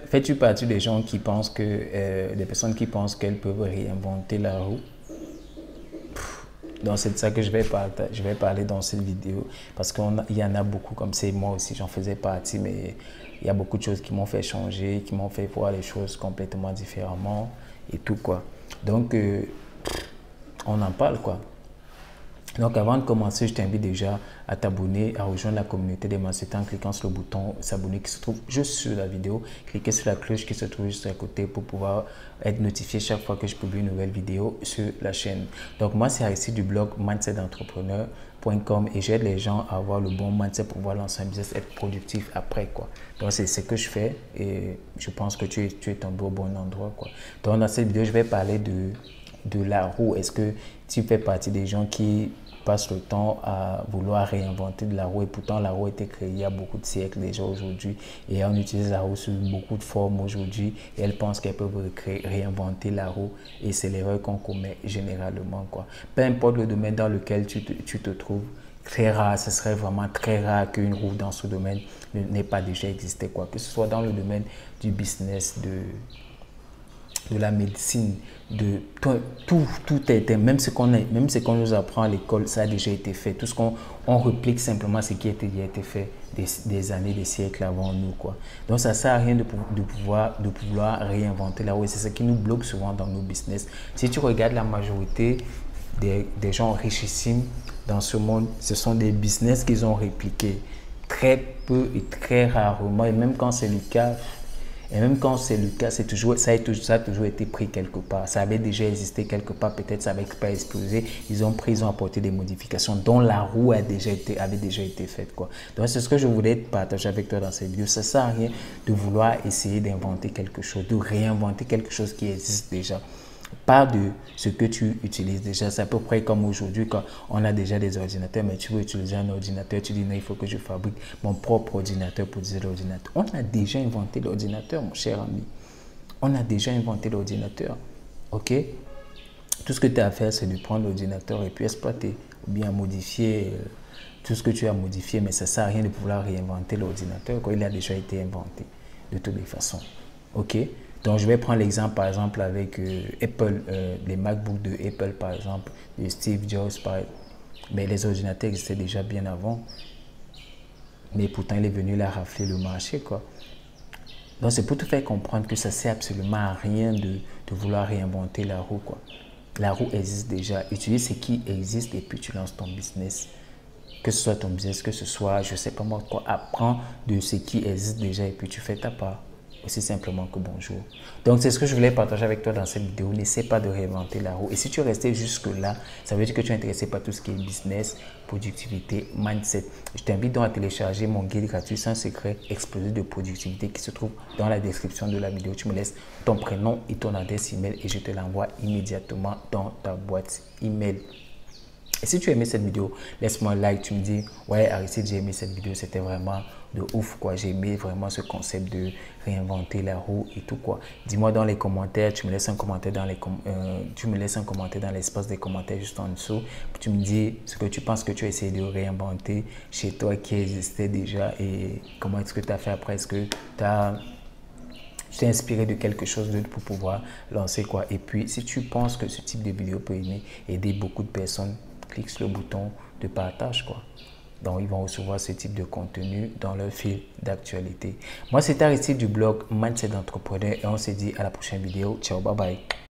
fais-tu partie des gens qui pensent que, des personnes qui pensent qu'elles peuvent réinventer la roue? Donc c'est de ça que je vais parler dans cette vidéo parce qu'il y en a beaucoup comme c'est moi aussi j'en faisais partie mais il y a beaucoup de choses qui m'ont fait changer, qui m'ont fait voir les choses complètement différemment et tout quoi. Donc on en parle quoi. Donc avant de commencer, je t'invite déjà à t'abonner, à rejoindre la communauté des Mancétans en cliquant sur le bouton s'abonner qui se trouve juste sur la vidéo. Cliquez sur la cloche qui se trouve juste à côté pour pouvoir être notifié chaque fois que je publie une nouvelle vidéo sur la chaîne. Donc moi, c'est Aristide du blog mindsetentrepreneur.com et j'aide les gens à avoir le bon mindset pour pouvoir lancer un business, être productif après quoi. Donc c'est ce que je fais et je pense que tu es tombé au bon endroit quoi. Donc dans cette vidéo, je vais parler de la roue. Est-ce que tu fais partie des gens qui passent le temps à vouloir réinventer de la roue et pourtant la roue a été créée il y a beaucoup de siècles déjà aujourd'hui et on utilise la roue sous beaucoup de formes aujourd'hui et elles pensent qu'elles peuvent réinventer la roue et c'est l'erreur qu'on commet généralement quoi. Peu importe le domaine dans lequel tu te trouves, très rare, ce serait vraiment très rare qu'une roue dans ce domaine n'ait pas déjà existé quoi, que ce soit dans le domaine du business, de la médecine, de tout été, même ce qu'on nous apprend à l'école, ça a déjà été fait. Tout ce qu'on réplique simplement ce qui a déjà été fait des années, des siècles avant nous quoi. Donc ça sert à rien de pouvoir réinventer la roue et c'est ce qui nous bloque souvent dans nos business. Si tu regardes la majorité des gens richissimes dans ce monde, ce sont des business qu'ils ont répliqués très peu et très rarement et même quand c'est le cas, ça a toujours été pris quelque part. Ça avait déjà existé quelque part, peut-être ça n'avait pas explosé. Ils ont apporté des modifications dont la roue avait déjà été faite quoi. Donc c'est ce que je voulais partager avec toi dans cette vidéo. Ça ne sert à rien de vouloir essayer d'inventer quelque chose, de réinventer quelque chose qui existe déjà. Pas de ce que tu utilises déjà. C'est à peu près comme aujourd'hui quand on a déjà des ordinateurs, mais tu veux utiliser un ordinateur, tu dis non, il faut que je fabrique mon propre ordinateur pour utiliser l'ordinateur. On a déjà inventé l'ordinateur, mon cher ami. On a déjà inventé l'ordinateur. Ok? Tout ce que tu as à faire, c'est de prendre l'ordinateur et puis exploiter ou bien modifier tout ce que tu as modifié, mais ça ne sert à rien de pouvoir réinventer l'ordinateur quand il a déjà été inventé de toutes les façons. Ok? Donc, je vais prendre l'exemple, par exemple, avec Apple, les MacBooks de Apple, par exemple, de Steve Jobs. Mais les ordinateurs existaient déjà bien avant. Mais pourtant, il est venu là rafler le marché, quoi. Donc, c'est pour te faire comprendre que ça ne sert absolument à rien de vouloir réinventer la roue, quoi. La roue existe déjà. Utilise ce qui existe et puis tu lances ton business. Que ce soit ton business, que ce soit, je ne sais pas moi quoi, apprends de ce qui existe déjà et puis tu fais ta part. Aussi simplement que bonjour. Donc, c'est ce que je voulais partager avec toi dans cette vidéo. N'essaie pas de réinventer la roue. Et si tu es resté jusque-là, ça veut dire que tu es intéressé par tout ce qui est business, productivité, mindset. Je t'invite donc à télécharger mon guide gratuit, c'est un secret explosif de productivité qui se trouve dans la description de la vidéo. Tu me laisses ton prénom et ton adresse email et je te l'envoie immédiatement dans ta boîte email. Et si tu as aimé cette vidéo, laisse-moi un like. Tu me dis, ouais, Aristide, j'ai aimé cette vidéo. C'était vraiment de ouf, quoi. J'ai aimé vraiment ce concept de réinventer la roue et tout, quoi. Dis-moi dans les commentaires. Tu me laisses un commentaire dans l'espace des commentaires juste en dessous. Tu me dis ce que tu penses que tu as essayé de réinventer chez toi qui existait déjà et comment est-ce que tu as fait après. Est-ce que tu t'es inspiré de quelque chose d'autre pour pouvoir lancer quoi. Et puis, si tu penses que ce type de vidéo peut aider beaucoup de personnes, clique sur le bouton de partage quoi. Donc, ils vont recevoir ce type de contenu dans leur fil d'actualité. Moi, c'est Aristide du blog Mindset d'entrepreneur et on se dit à la prochaine vidéo. Ciao, bye bye.